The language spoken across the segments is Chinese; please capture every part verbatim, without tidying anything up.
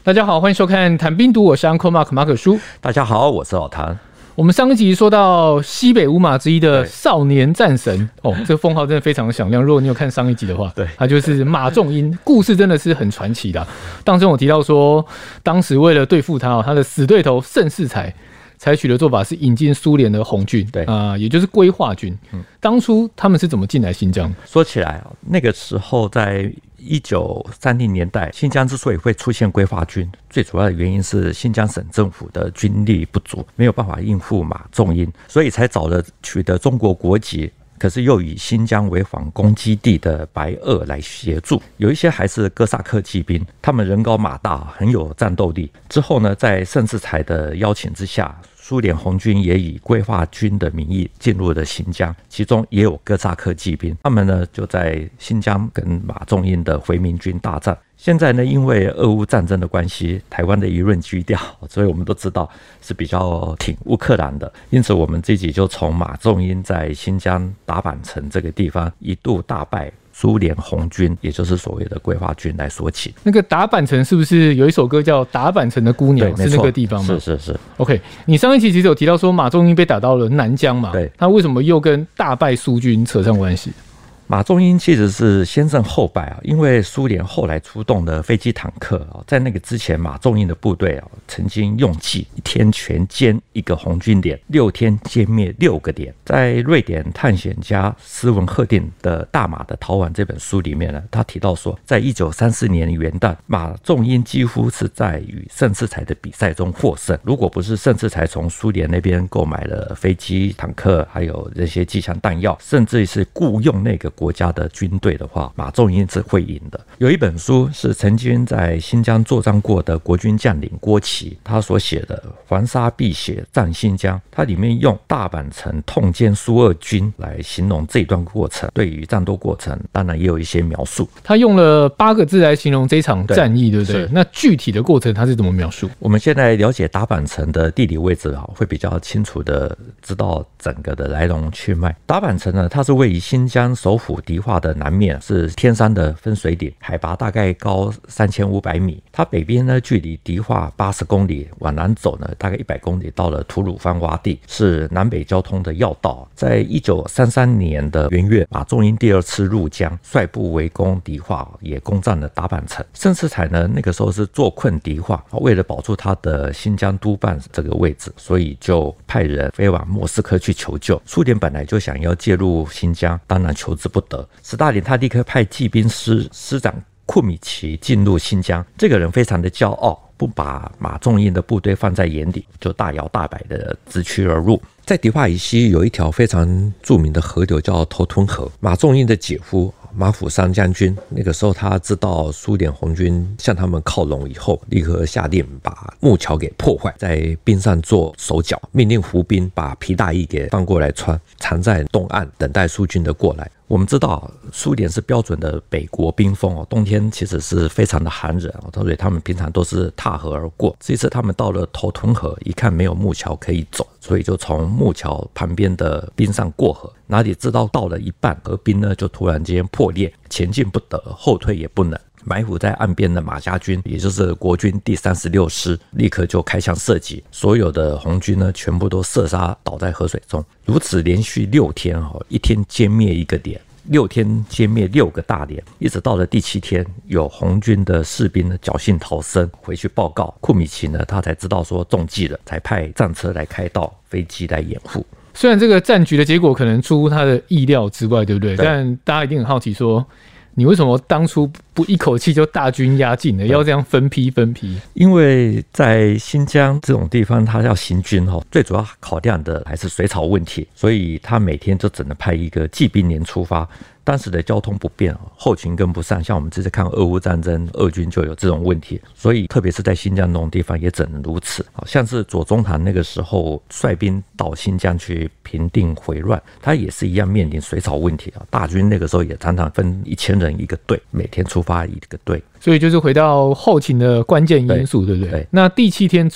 大家好，欢迎收看谈兵读，我是 Uncle Mark 马可叔。 大家好，我是老谭。 我们上一集说到西北五马之一的少年战神哦，这个封号真的非常响亮。如果你有看上一集的话，对，他就是马仲英，故事真的是很传奇的、啊。当中我提到说，当时为了对付他，他的死对头盛世才采取的做法是引进苏联的红军，对啊、呃，也就是规划军。嗯，当初他们是怎么进来新疆？ 说起来，那个时候在一九三零年代，新疆之所以会出现规划军，最主要的原因是新疆省政府的军力不足，没有办法应付马仲英，所以才找了取得中国国籍，可是又以新疆为反攻基地的白俄来协助。有一些还是哥萨克骑兵，他们人高马大，很有战斗力。之后呢，在盛世才的邀请之下，苏联红军也以规划军的名义进入了新疆，其中也有哥萨克骑兵，他们呢就在新疆跟马仲英的回民军大战。现在呢，因为俄乌战争的关系，台湾的舆论基调，所以我们都知道是比较挺乌克兰的，因此我们这集就从马仲英在新疆达坂城这个地方一度大败苏联红军，也就是所谓的规划军来说起。 那个达坂城是不是有一首歌叫《达坂城的姑娘》？是那个地方吗？ 是是是。 OK， 你上一期其实有提到说马仲英被打到了南疆嘛？对。他为什么又跟大败苏军扯上关系？ 马仲英其实是先胜后败啊，因为苏联后来出动的飞机坦克啊，在那个之前，马仲英的部队啊曾经用计一天全歼一个红军连，六天歼灭六个连。在瑞典探险家斯文赫定的《大马的逃亡》这本书里面呢，他提到说，在一九三四年元旦，马仲英几乎是在与盛世才的比赛中获胜。如果不是盛世才从苏联那边购买了飞机、坦克，还有这些机枪弹药，甚至是雇佣那个国家的军队的话，马仲英是会赢的。有一本书是曾经在新疆作战过的国军将领郭琦他所写的《黄沙碧血战新疆》，它里面用大阪城痛歼苏俄军来形容这一段过程，对于战斗过程当然也有一些描述。 他用了八个字来形容这场战役， 对, 对不对？那具体的过程他是怎么描述？ 我们现在了解大阪城的地理位置会比较清楚的知道整个的来龙去脉。大阪城呢，它是位于新疆首府迪化的南面，是天山的分水岭，海拔大概高三千五百米。它北边呢距离迪化八十公里，往南走呢大概一百公里到了吐鲁番洼地，是南北交通的要道。在一九三三年的元月，马仲英第二次入疆，率部围攻迪化，也攻占了大阪城。盛世才呢那个时候是坐困迪化，为了保住他的新疆督办这个位置，所以就派人飞往莫斯科去求救。苏联本来就想要介入新疆，当然求之不得。斯大林他立刻派骑兵师师长库米奇进入新疆，这个人非常的骄傲，不把马仲英的部队放在眼里，就大摇大摆的直驱而入。在迪化以西有一条非常著名的河流叫头屯河，马仲英的姐夫马辅桑将军那个时候他知道苏联红军向他们靠拢以后，立刻下令把木桥给破坏，在冰上做手脚，命令伏兵把皮大衣给放过来穿，藏在东岸等待苏军的过来。我们知道苏联是标准的北国冰封，冬天其实是非常的寒冷，所以他们平常都是踏河而过。这次他们到了头屯河，一看没有木桥可以走，所以就从木桥旁边的冰上过河，哪里知道到了一半，河冰呢就突然间破裂，前进不得，后退也不能。埋伏在岸边的马家军，也就是国军第三十六师，立刻就开枪射击，所有的红军呢全部都射杀倒在河水中。如此连续六天，一天歼灭一个连，六天歼灭六个大连，一直到了第七天，有红军的士兵呢侥幸逃生，回去报告库米奇呢，他才知道说中计了，才派战车来开道，飞机来掩护。 虽然这个战局的结果可能出乎他的意料之外，对不对？对，但大家一定很好奇说，你为什么当初不一口气就大军压境呢？要这样分批分批？ 因为在新疆这种地方，他要行军，最主要考量的还是水草问题，所以他每天就只能派一个骑兵连出发。当时的交通不便，后勤跟不上，像我们这次看俄乌战争，俄军就有这种问题，所以特别是在新疆那种地方也只能如此。像是左宗棠那个时候率兵到新疆去平定回乱，他也是一样面临水草问题，大军那个时候也常常分一千人一个队，每天出发一个队。 所以就是回到后勤的关键因素， 对, 对不对？对。那第七天之后，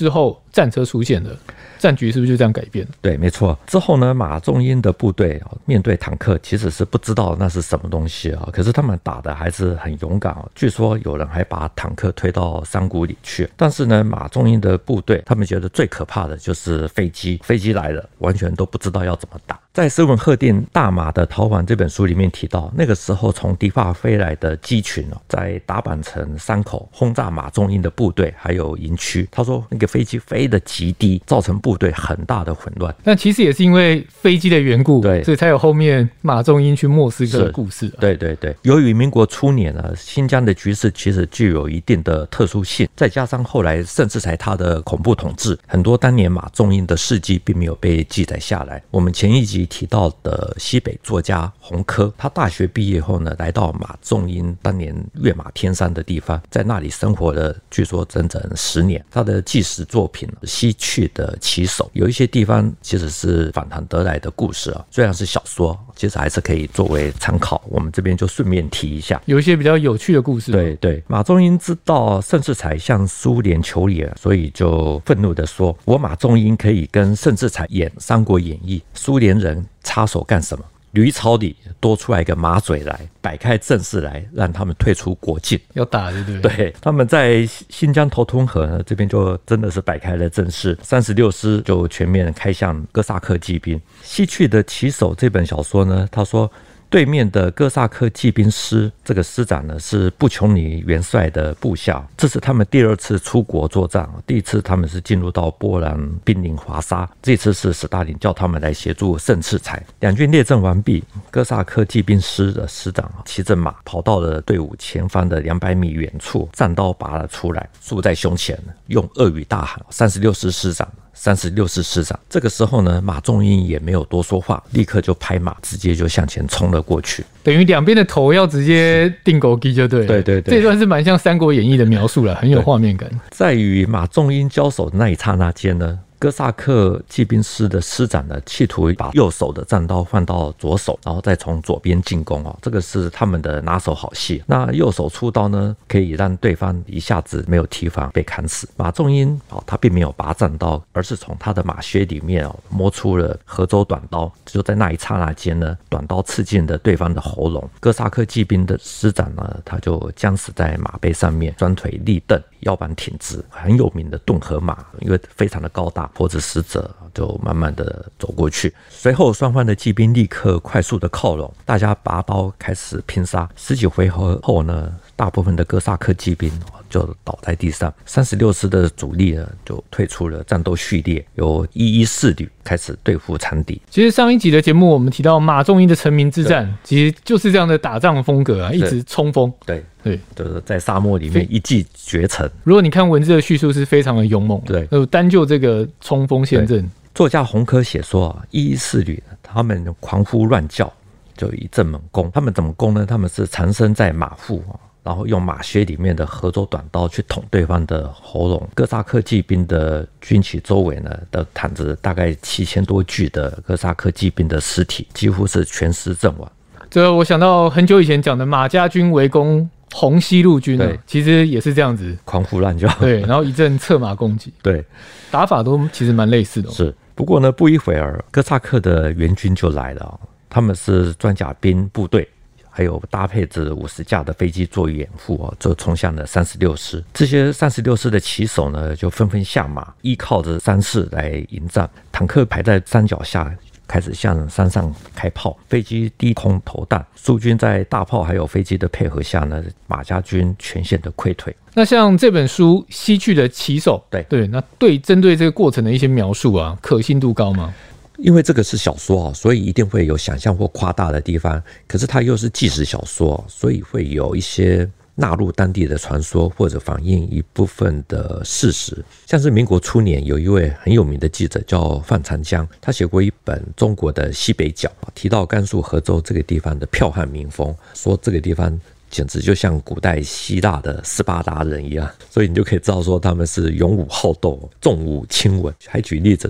战车出现了，战局是不是就这样改变？ 对，没错。之后呢，马仲英的部队面对坦克其实是不知道那是什么东西啊，可是他们打的还是很勇敢。据说有人还把坦克推到山谷里去。但是呢，马仲英的部队他们觉得最可怕的就是飞机，飞机来了完全都不知道要怎么打。在斯文赫定《大马的逃亡》这本书里面提到，那个时候从迪法飞来的机群在达坂城山口轰炸马仲英的部队还有营区。他说那个飞机飞得极低，造成部队很大的混乱。 但其实也是因为飞机的缘故， 对， 所以才有后面马仲英去莫斯科的故事、啊。 对对对，由于民国初年呢，新疆的局势其实具有一定的特殊性，再加上后来盛世才他的恐怖统治，很多当年马仲英的事迹并没有被记载下来。我们前一集提到的西北作家洪科，他大学毕业后呢，来到马仲英当年跃马天山的地方，在那里生活了据说整整十年。他的纪实作品《西去的骑手》，有一些地方其实是访谈得来的故事啊，虽然是小说，其实还是可以作为参考。我们这边就顺便提一下， 有一些比较有趣的故事。 对对，马仲英知道盛世才向苏联求援，所以就愤怒地说：“我马仲英可以跟盛世才演《三国演义》，苏联人插手干什么？驴槽里多出来一个马嘴来，摆开阵势来，让他们退出国境。” 要打对不对？ 对，他们在新疆头吞河呢，这边就真的是摆开了阵势，三十六师就全面开向哥萨克骑兵。西去的骑手这本小说呢，他说对面的哥萨克骑兵师，这个师长呢是布琼尼元帅的部下，这是他们第二次出国作战。第一次他们是进入到波兰濒临华沙，这次是斯大林叫他们来协助盛世才。两军列阵完毕，哥萨克骑兵师的师长骑着马跑到了队伍前方的两百米远处，战刀拔了出来，竖在胸前，用俄语大喊：三十六师师长，三十六师师长。这个时候呢，马仲英也没有多说话，立刻就拍马，直接就向前冲了过去。 等于两边的头要直接定狗机就对了。 对对对， 这段是蛮像《三国演义》的描述了，很有画面感。 在与马仲英交手的那一刹那间呢，哥萨克骑兵师的师长呢，企图把右手的战刀换到左手，然后再从左边进攻哦，这个是他们的拿手好戏。那右手出刀呢，可以让对方一下子没有提防被砍死。马仲英哦，他并没有拔战刀，而是从他的马靴里面哦摸出了河州短刀，就在那一刹那间呢，短刀刺进了对方的喉咙。哥萨克骑兵的师长呢，他就僵死在马背上面，双腿立蹬，腰板挺直，很有名的顿河马，因为非常的高大，脖子死者就慢慢的走过去。随后双方的骑兵立刻快速的靠拢，大家拔刀开始拼杀。十几回合后呢，大部分的哥萨克骑兵就倒在地上，三十六师的主力呢就退出了战斗序列，由一一四旅开始对付残敌。 其实上一集的节目我们提到马仲英的成名之战，其实就是这样的打仗风格啊，一直冲锋。 对对， 就是在沙漠里面一骑绝尘。 如果你看文字的叙述，是非常的勇猛。 对， 单就这个冲锋陷阵， 作家洪科写说啊，一一四旅他们狂呼乱叫，就一阵猛攻。他们怎么攻呢？他们是藏身在马腹，然后用马靴里面的河州短刀去捅对方的喉咙。哥萨克骑兵的军旗周围呢，都躺着大概七千多具的哥萨克骑兵的尸体，几乎是全尸阵亡。 这我想到很久以前讲的马家军围攻红西路军、啊、其实也是这样子， 狂呼乱叫。 对，然后一阵策马攻击， 对， 打法都其实蛮类似的、哦。 是，不过呢，不一会儿，哥萨克的援军就来了、哦，他们是装甲兵部队。还有搭配着五十架的飞机作为掩护哦，就冲向了三十六师。这些三十六师的骑手呢，就纷纷下马，依靠着山势来迎战。坦克排在山脚下，开始向山上开炮，飞机低空投弹。苏军在大炮还有飞机的配合下呢，马家军全线的溃退。 那像这本书《西去的骑手》， 对对， 那对针对这个过程的一些描述啊，可信度高吗？ 因为这个是小说啊，所以一定会有想象或夸大的地方。可是它又是纪实小说，所以会有一些纳入当地的传说，或者反映一部分的事实。像是民国初年，有一位很有名的记者叫范长江，他写过一本《中国的西北角》，提到甘肃合州这个地方的剽悍民风，说这个地方简直就像古代希腊的斯巴达人一样，所以你就可以知道说他们是勇武好斗，重武轻文。还举例子说，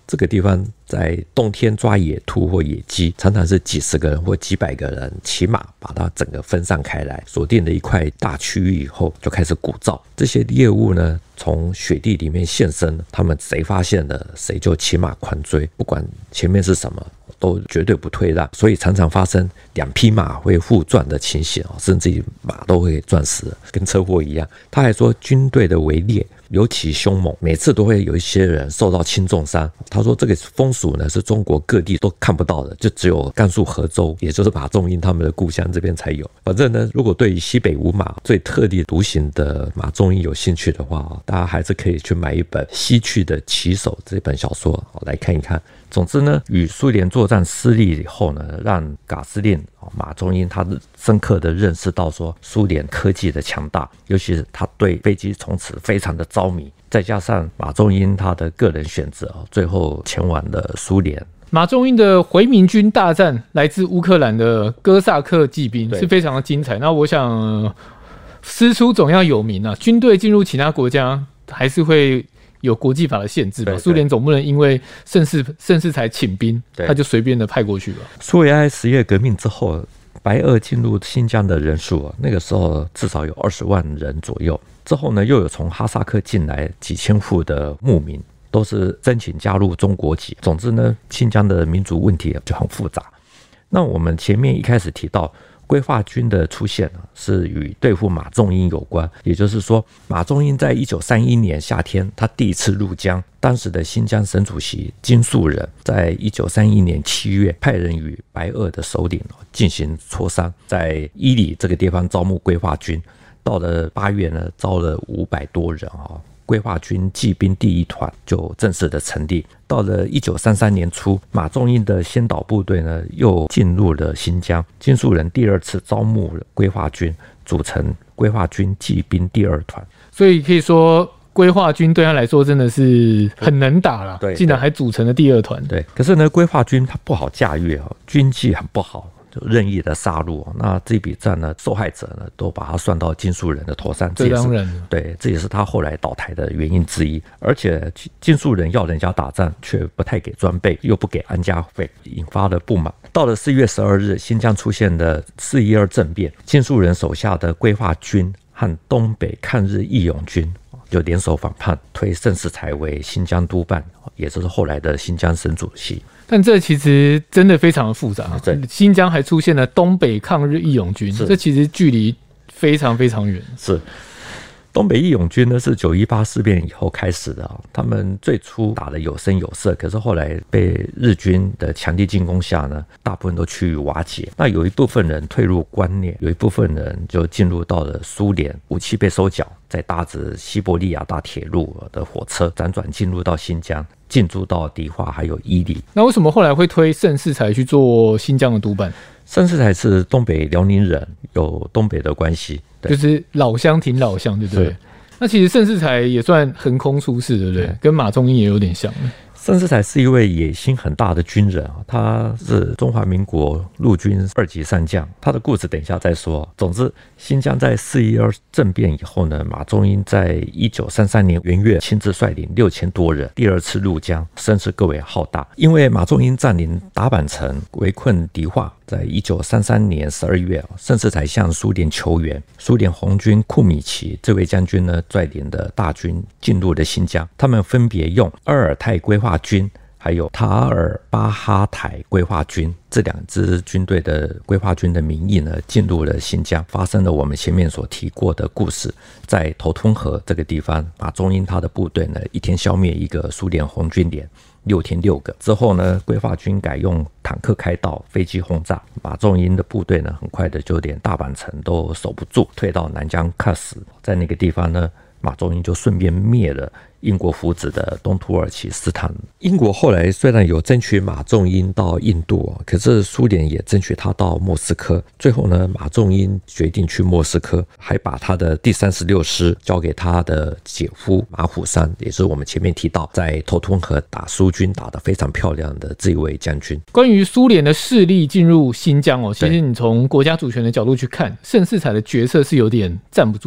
这个地方在冬天抓野兔或野鸡，常常是几十个人或几百个人骑马把它整个分散开来，锁定了一块大区域以后就开始鼓噪。这些猎物呢从雪地里面现身，他们谁发现了谁就骑马狂追，不管前面是什么都绝对不退让，所以常常发生两匹马会互撞的情形，甚至于马都会撞死，跟车祸一样。他还说军队的围猎尤其凶猛，每次都会有一些人受到轻重伤。他说这个风俗呢是中国各地都看不到的，就只有甘肃合州，也就是马仲英他们的故乡这边才有。反正呢，如果对于西北五马最特立独行的马仲英有兴趣的话，大家还是可以去买一本《西去的骑手》这本小说来看一看。总之呢，与苏联作战失利以后呢，让噶司令马仲英他深刻的认识到说苏联科技的强大，尤其是他对飞机从此非常的着迷，再加上马仲英他的个人选择，最后前往了苏联。 马仲英的回民军大战来自乌克兰的哥萨克骑兵是非常的精彩。那我想师出总要有名啊，军队进入其他国家还是会有国际法的限制嘛，苏联总不能因为盛世盛世才请兵，他就随便的派过去吧。 苏维埃十月革命之后，白俄进入新疆的人数，那个时候至少有二十万人左右。之后呢，又有从哈萨克进来几千户的牧民，都是申请加入中国籍。总之呢，新疆的民族问题就很复杂。那我们前面一开始提到规划军的出现是与对付马仲英有关，也就是说马仲英在一九三一年夏天他第一次入疆，当时的新疆省主席金树人在一九三一年七月派人与白俄的首领进行磋商，在伊犁这个地方招募规划军，到了八月呢招了五百多人，规划军骑兵第一团就正式的成立。到了一九三三年初，马仲英的先导部队呢又进入了新疆，金树人第二次招募了规划军，组成规划军骑兵第二团。 所以可以说规划军对他来说真的是很能打啦，竟然还组成了第二团。 对，可是呢规划军他不好驾驭，军纪很不好，任意的杀戮。那这笔战呢，受害者呢都把他算到金树人的头上， 这当然， 对，这也是他后来倒台的原因之一。而且金树人要人家打仗，却不太给装备，又不给安家费，引发了不满。到了四月十二日，新疆出现了四一二政变，金树人手下的规划军和东北抗日义勇军就联手反叛，推盛世才为新疆督办，也就是后来的新疆省主席。 但这其实真的非常的复杂，新疆还出现了东北抗日义勇军，这其实距离非常非常远。 是。东北义勇军呢是九一八事变以后开始的，他们最初打得有声有色，可是后来被日军的强力进攻下呢，大部分都趋于瓦解。那有一部分人退入关内，有一部分人就进入到了苏联，武器被收缴，再搭着西伯利亚大铁路的火车辗转进入到新疆，进驻到迪化还有伊犁。 那为什么后来会推盛世才去做新疆的督办？ 盛世才是东北辽宁人，有东北的关系， 就是老乡挺老乡，对不对？那其实盛世才也算横空出世，对不对？跟马仲英也有点像。 盛世才是一位野心很大的军人，他是中华民国陆军二级上将，他的故事等一下再说。总之，新疆在四一二政变以后呢，马仲英在一九三三年元月亲自率领六千多人第二次入疆，声势更为浩大。因为马仲英占领达坂城，围困迪化，在一九三三年十二月，盛世才向苏联求援。苏联红军库米奇这位将军呢，率领的大军进入了新疆，他们分别用阿尔泰规划军还有塔尔巴哈台规划军这两支军队的规划军的名义呢，进入了新疆，发生了我们前面所提过的故事。在头吞河这个地方，马仲英他的部队呢，一天消灭一个苏联红军连，六天六个。之后呢，规划军改用坦克开道，飞机轰炸。马仲英的部队呢，很快的就连大阪城都守不住，退到南疆喀什。在那个地方呢，马仲英就顺便灭了英国扶植的东土耳其斯坦。英国后来虽然有争取马仲英到印度，可是苏联也争取他到莫斯科。最后呢，马仲英决定去莫斯科，还把他的第三十六师交给他的姐夫马虎山，也是我们前面提到在头吞河打苏军打得非常漂亮的这一位将军。 关于苏联的势力进入新疆哦，其实你从国家主权的角度去看，盛世才的角色是有点站不住脚。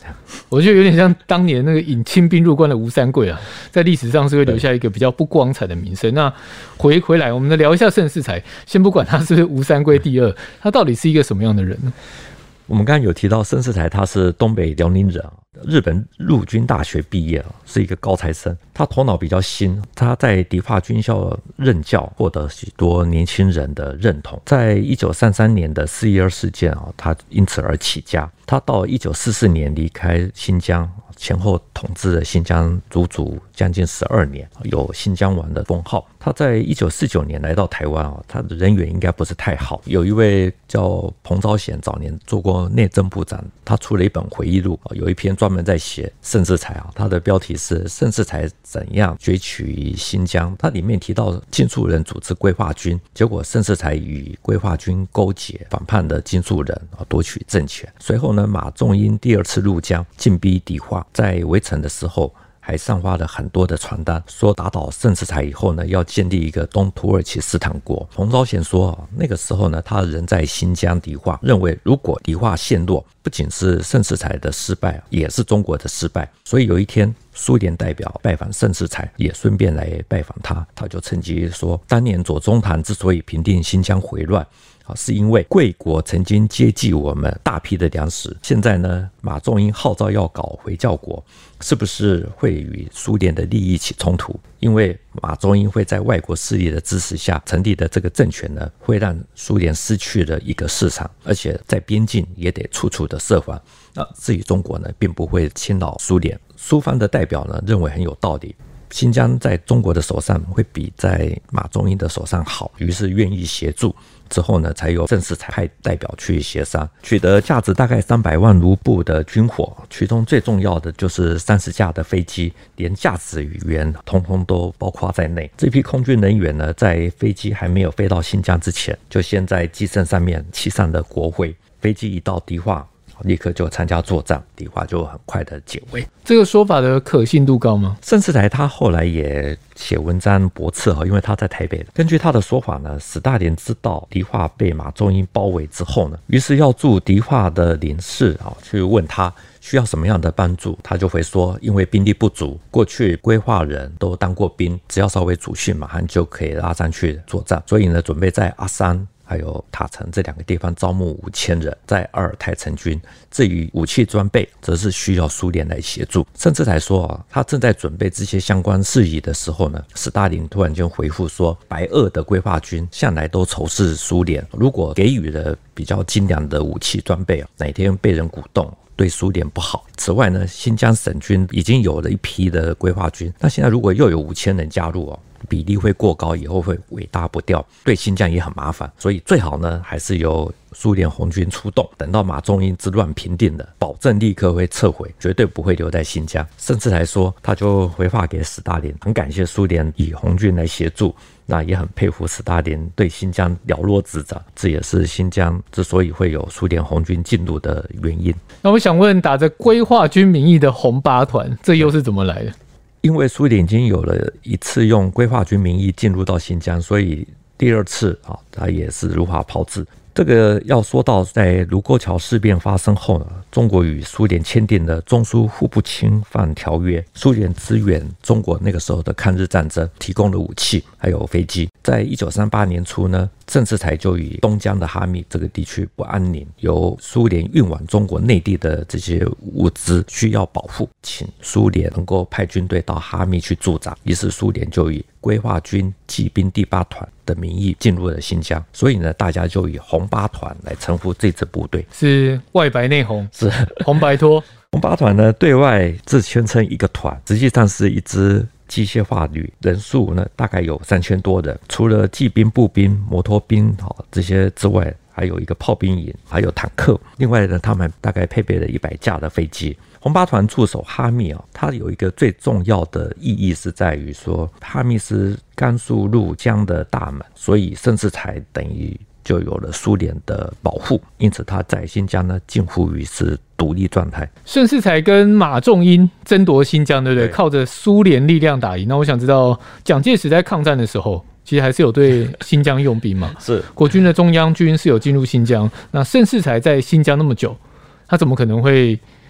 我觉得有点像当年那个引清兵入关的吴三桂啊，在历史上是会留下一个比较不光彩的名声。那回回来，我们来聊一下盛世才。先不管他是不是吴三桂第二，他到底是一个什么样的人呢？ 我们刚刚有提到盛世才，他是东北辽宁人，日本陆军大学毕业，是一个高材生。他头脑比较新，他在迪化军校任教，获得许多年轻人的认同。在一九三三年的四一二事件，他因此而起家。他到一九四四年离开新疆，前后统治了新疆足足将近十二年，有新疆王的封号。他在一九四九年来到台湾，他的人缘应该不是太好。有一位叫彭昭贤，早年做过内政部长，他出了一本回忆录，有一篇专门在写盛世才，他的标题是《盛世才怎样攫取新疆》。他里面提到金树人组织归化军，结果盛世才与归化军勾结，反叛的金树人夺取政权。随后呢，马仲英第二次入疆，进逼迪化，在围城的时候还散发了很多的传单，说打倒盛世才以后呢，要建立一个东土耳其斯坦国。彭昭贤说，那个时候呢，他人在新疆迪化，认为如果迪化陷落，不仅是盛世才的失败，也是中国的失败。所以有一天，苏联代表拜访盛世才，也顺便来拜访他，他就趁机说，当年左宗棠之所以平定新疆回乱，是因为贵国曾经接济我们大批的粮食，现在呢，马仲英号召要搞回教国，是不是会与苏联的利益起冲突？因为马仲英会在外国势力的支持下成立的这个政权呢，会让苏联失去了一个市场，而且在边境也得处处的设防。那至于中国呢，并不会侵扰苏联。苏方的代表呢，认为很有道理。新疆在中国的手上会比在马仲英的手上好，于是愿意协助。之后呢，才由盛世才派代表去协商，取得价值大概三百万卢布的军火，其中最重要的就是三十架的飞机，连驾驶员通通都包括在内。这批空军人员呢，在飞机还没有飞到新疆之前，就先在机身上面漆上了国徽。飞机一到迪化，立刻就参加作战，迪化就很快的解围。 这个说法的可信度高吗？ 盛世才他后来也写文章驳斥，因为他在台北。根据他的说法呢，史大林知道迪化被马仲英包围之后呢，于是要驻迪化的领事去问他需要什么样的帮助，他就会说，因为兵力不足，过去归化人都当过兵，只要稍微主训，马上就可以拉上去作战，所以呢，准备在阿山还有塔城这两个地方招募五千人，在阿尔泰成军。至于武器装备，则是需要苏联来协助。甚至才说啊，他正在准备这些相关事宜的时候呢，史大林突然间回复说，白俄的归化军向来都仇视苏联，如果给予了比较精良的武器装备，哪天被人鼓动，对苏联不好。此外呢，新疆省军已经有了一批的归化军，那现在如果又有五千人加入哦，比例会过高，以后会尾大不掉，对新疆也很麻烦。所以最好呢，还是由苏联红军出动，等到马仲英之乱平定了，保证立刻会撤回，绝对不会留在新疆。甚至来说，他就回话给史大林，很感谢苏联以红军来协助，那也很佩服史大林对新疆了若指掌，这也是新疆之所以会有苏联红军进入的原因。 那我想问，打着归化军名义的红八团，这又是怎么来的？ 因为苏联已经有了一次用归化军名义进入到新疆，所以第二次啊，他也是如法炮制。这个要说到在卢沟桥事变发生后呢，中国与苏联签订了中苏互不侵犯条约，苏联支援中国那个时候的抗日战争，提供了武器还有飞机。在一九三八年初呢，盛世才就以东江的哈密这个地区不安宁，由苏联运往中国内地的这些物资需要保护，请苏联能够派军队到哈密去驻扎。于是苏联就以归化军骑兵第八团的名义进入了新疆，所以呢，大家就以红八团来称呼这支部队， 是外白内红， 是红白拖。 红八团呢，对外自宣称一个团，实际上是一支机械化旅，人数呢大概有三千多人，除了骑兵、步兵、摩托兵这些之外，还有一个炮兵营，还有坦克。另外呢，他们大概配备了一百架的飞机。红八团驻守哈密啊，它有一个最重要的意义是在于说，哈密是甘肃入疆的大门，所以盛世才等于就有了苏联的保护，因此他在新疆呢近乎于是独立状态。 盛世才跟马仲英争夺新疆，对不对？对，靠着苏联力量打赢。那我想知道，蒋介石在抗战的时候，其实还是有对新疆用兵嘛？ 是国军的中央军是有进入新疆。那盛世才在新疆那么久，他怎么可能会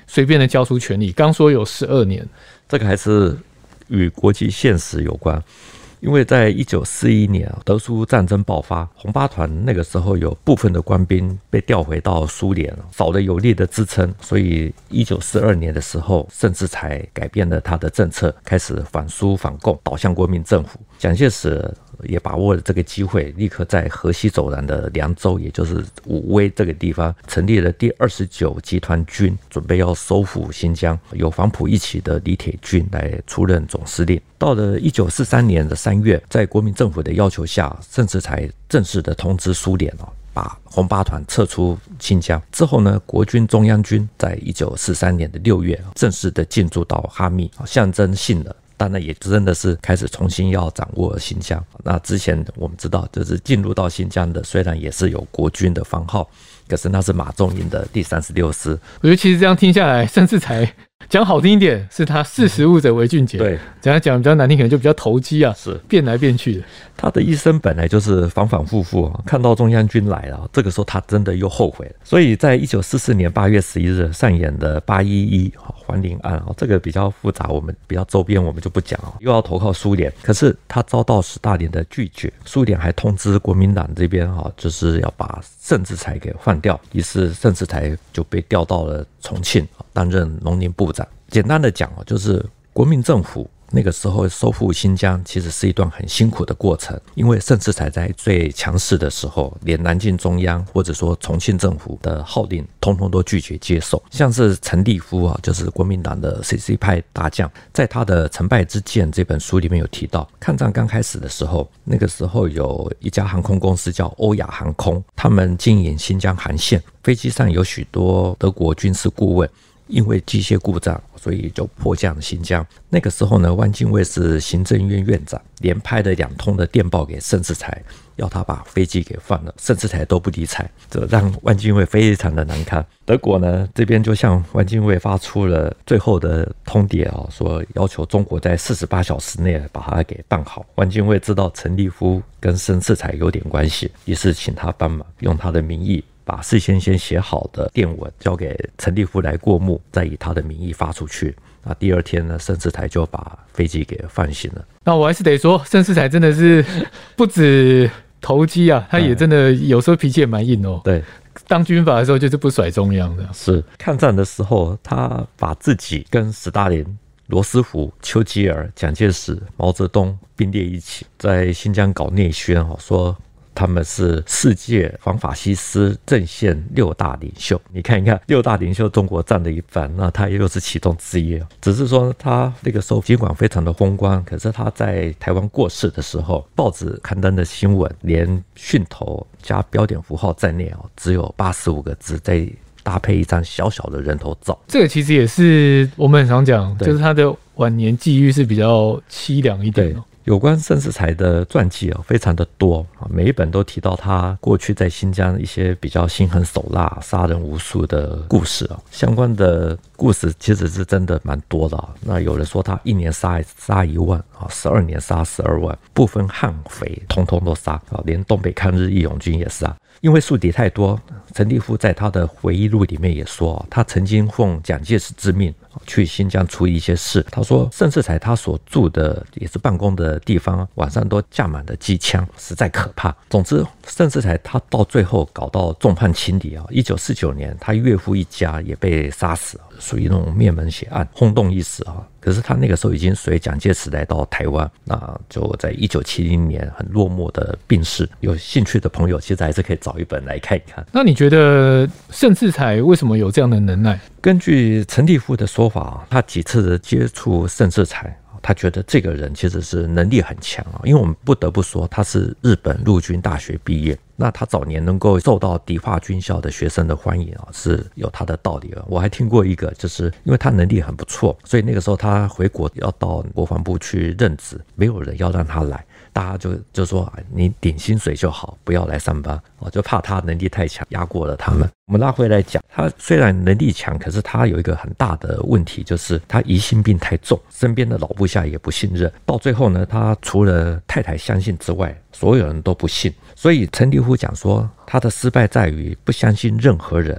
随便的交出权力？刚说有十二年， 这个还是与国际现实有关。因为在一九四一年德苏战争爆发，红八团那个时候有部分的官兵被调回到苏联，少了有力的支撑，所以一九四二年的时候，盛世才改变了他的政策，开始反苏反共，倒向国民政府。蒋介石也把握了这个机会，立刻在河西走廊的凉州，也就是武威这个地方，成立了第二十九集团军，准备要收复新疆，由黄埔一期的李铁军来出任总司令。到了一九四三年的三月，在国民政府的要求下，盛世才正式的通知苏联把红八团撤出新疆。之后呢，国军中央军在一九四三年的六月正式的进驻到哈密，象征性的当然也真的是开始重新要掌握新疆。那之前我们知道，就是进入到新疆的，虽然也是有国军的番号，可是那是马仲英的第三十六师。 我觉得其实这样听下来，盛世才讲好听一点，是他识时务者为俊杰；对，讲讲比较难听，可能就比较投机啊，是变来变去的。 他的一生本来就是反反复复，看到中央军来了，这个时候他真的又后悔了。所以在一九四四年八月十一日上演的八一一环林案，这个比较复杂，我们比较周边我们就不讲，又要投靠苏联，可是他遭到史大林的拒绝，苏联还通知国民党这边就是要把盛世才给换掉，于是盛世才就被调到了重庆担任农林部长。简单的讲，就是国民政府那个时候收复新疆其实是一段很辛苦的过程，因为盛世才在最强势的时候，连南京中央或者说重庆政府的号令通通都拒绝接受。像是陈立夫啊，就是国民党的 C C 派大将，在他的《成败之剑》这本书里面有提到，抗战刚开始的时候，那个时候有一家航空公司叫欧亚航空，他们经营新疆航线，飞机上有许多德国军事顾问，因为机械故障，所以就迫降新疆。那个时候呢，汪精卫是行政院院长，连拍了两通的电报给盛世才，要他把飞机给放了，盛世才都不理睬，这让汪精卫非常的难堪。德国呢这边就向汪精卫发出了最后的通牒，说要求中国在四十八小时内把它给办好。汪精卫知道陈立夫跟盛世才有点关系，于是请他帮忙，用他的名义把事先先写好的电文交给陈立夫来过目，再以他的名义发出去。那第二天呢，盛世才就把飞机给放行了。 那我还是得说，盛世才真的是不止投机啊，他也真的有时候脾气也蛮硬哦。 对， 当军阀的时候就是不甩中央的。 是抗战的时候，他把自己跟史大林、罗斯福、丘吉尔、蒋介石、毛泽东并列一起，在新疆搞内宣，说他们是世界反法西斯阵线六大领袖。你看一看，六大领袖中国占了一半，那他又是其中之一。只是说他那个时候尽管非常的风光，可是他在台湾过世的时候，报纸刊登的新闻连讯头加标点符号在内，只有八十五个字，再搭配一张小小的人头照。 这个其实也是我们很常讲，就是他的晚年际遇是比较凄凉一点。 有关盛世才的传记非常的多，每一本都提到他过去在新疆一些比较心狠手辣、杀人无数的故事。相关的故事其实是真的蛮多的。那有人说他一年杀杀一万，十二年杀十二万，不分悍匪，通通都杀，连东北抗日义勇军也杀。因为数敌太多，陈立夫在他的回忆录里面也说，他曾经奉蒋介石之命去新疆处理一些事。他说盛世才他所住的也是办公的地方，晚上都架满了机枪，实在可怕。总之盛世才他到最后搞到众叛亲离。一九四九年他岳父一家也被杀死，属于那种灭门血案，轰动一时。可是他那个时候已经随蒋介石来到台湾，那就在一九七零年很落寞的病逝。有兴趣的朋友其实还是可以找一本来看一看。 那你觉得盛世才为什么有这样的能耐？ 根据陈立夫的说法，他几次的接触盛世才，他觉得这个人其实是能力很强，因为我们不得不说他是日本陆军大学毕业，那他早年能够受到迪化军校的学生的欢迎是有他的道理。我还听过一个，就是因为他能力很不错，所以那个时候他回国要到国防部去任职，没有人要让他来，大家就就说你领薪水就好，不要来上班，就怕他能力太强压过了他们。我们拉回来讲，他虽然能力强，可是他有一个很大的问题，就是他疑心病太重，身边的老部下也不信任。到最后呢，他除了太太相信之外，所有人都不信。所以陈立夫讲说，他的失败在于不相信任何人，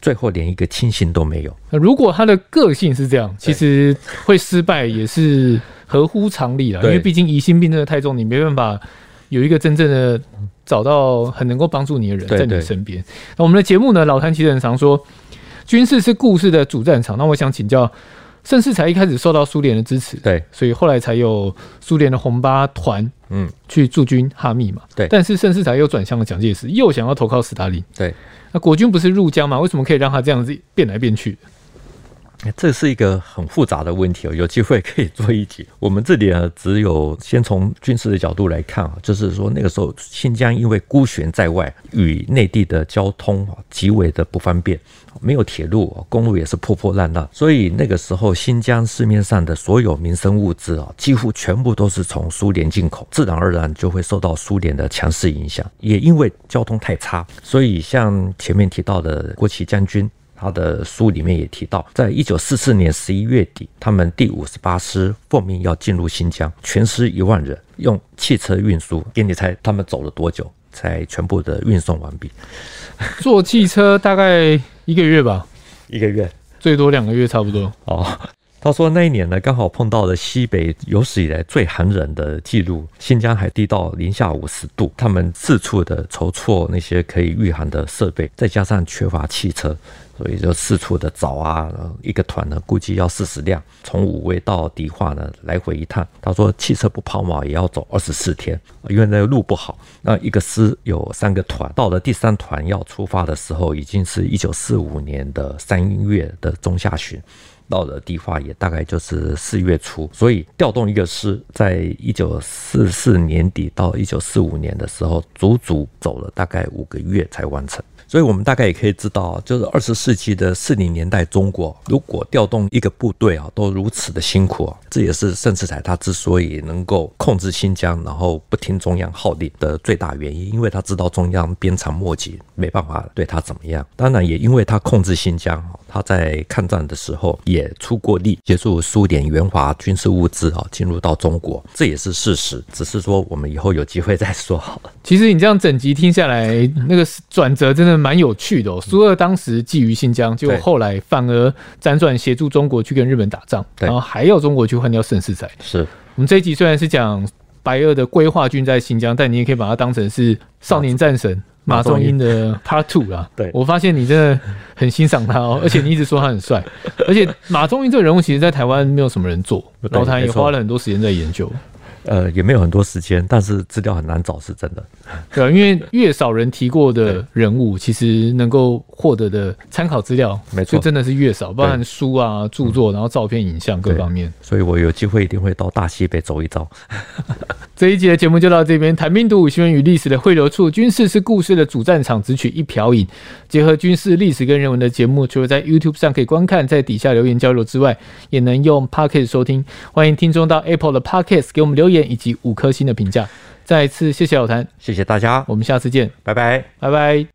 最后连一个亲信都没有。 如果他的个性是这样，其实会失败也是合乎常理啦，因为毕竟疑心病真的太重，你没办法有一个真正的找到很能够帮助你的人在你身边。那我们的节目呢，老谭其实很常说，军事是故事的主战场。那我想请教，盛世才一开始受到苏联的支持， 对， 所以后来才有苏联的红八团，嗯，去驻军哈密嘛， 对。 但是盛世才又转向了蒋介石，又想要投靠斯大林， 对。 那国军不是入疆吗？为什么可以让他这样子变来变去？ 这是一个很复杂的问题哦，有机会可以做一集。我们这里呢，只有先从军事的角度来看啊，就是说那个时候新疆因为孤悬在外，与内地的交通极为的不方便，没有铁路，公路也是破破烂烂，所以那个时候新疆市面上的所有民生物资啊，几乎全部都是从苏联进口，自然而然就会受到苏联的强势影响。也因为交通太差，所以像前面提到的郭奇将军，他的书里面也提到，在一九四四年十一月底，他们第五十八师奉命要进入新疆，全师一万人用汽车运输。给你猜他们走了多久才全部的运送完毕？ 坐汽车大概一个月吧， 一个月， 最多两个月差不多。 哦。他说那一年呢，刚好碰到了西北有史以来最寒冷的记录，新疆还低到零下五十度，他们四处的筹措那些可以御寒的设备，再加上缺乏汽车，所以就四处的找啊，一个团呢估计要四十辆，从武威到迪化呢来回一趟。他说汽车不抛锚也要走二十四天，因为那个路不好。那一个师有三个团，到了第三团要出发的时候，已经是一九四五年的三月的中下旬。到了迪化也大概就是四月初，所以调动一个师，在一九四四年底到一九四五年的时候，足足走了大概五个月才完成。所以我们大概也可以知道，就是二十世纪的四零年代中国，如果调动一个部队啊，都如此的辛苦啊，这也是盛世才他之所以能够控制新疆，然后不听中央号令的最大原因，因为他知道中央鞭长莫及，没办法对他怎么样。当然也因为他控制新疆，他在抗战的时候也出过力，协助苏联援华军事物资啊进入到中国，这也是事实。只是说我们以后有机会再说好了。 其实你这样整集听下来，那个转折真的蛮有趣的哦。苏俄当时觊觎新疆，结果后来反而辗转协助中国去跟日本打仗，然后还要中国去换掉盛世才。 是我们这一集虽然是讲白俄的规划军在新疆，但你也可以把它当成是少年战神马仲英的 Part 二 啦。对，我发现你真的很欣赏他哦，而且你一直说他很帅，而且马仲英这个人物其实在台湾没有什么人做，老谭也花了很多时间在研究。 呃，也没有很多时间，但是资料很难找，是真的。 对啊，因为越少人提过的人物，其实能够获得的参考资料，没错，就真的是越少，包含书啊、著作，然后照片、影像各方面。 所以我有机会一定会到大西北走一遭。 这一集的节目就到这边，谈兵读武，新闻与历史的汇流处，军事是故事的主战场，只取一瓢饮。结合军事、历史跟人文的节目，除了在 YouTube 上可以观看，在底下留言交流之外，也能用 Podcast 收听。欢迎听众到 Apple 的 Podcast 给我们留言以及五颗星的评价。再一次谢谢老谭， 谢谢大家， 我们下次见， 拜拜， 拜拜。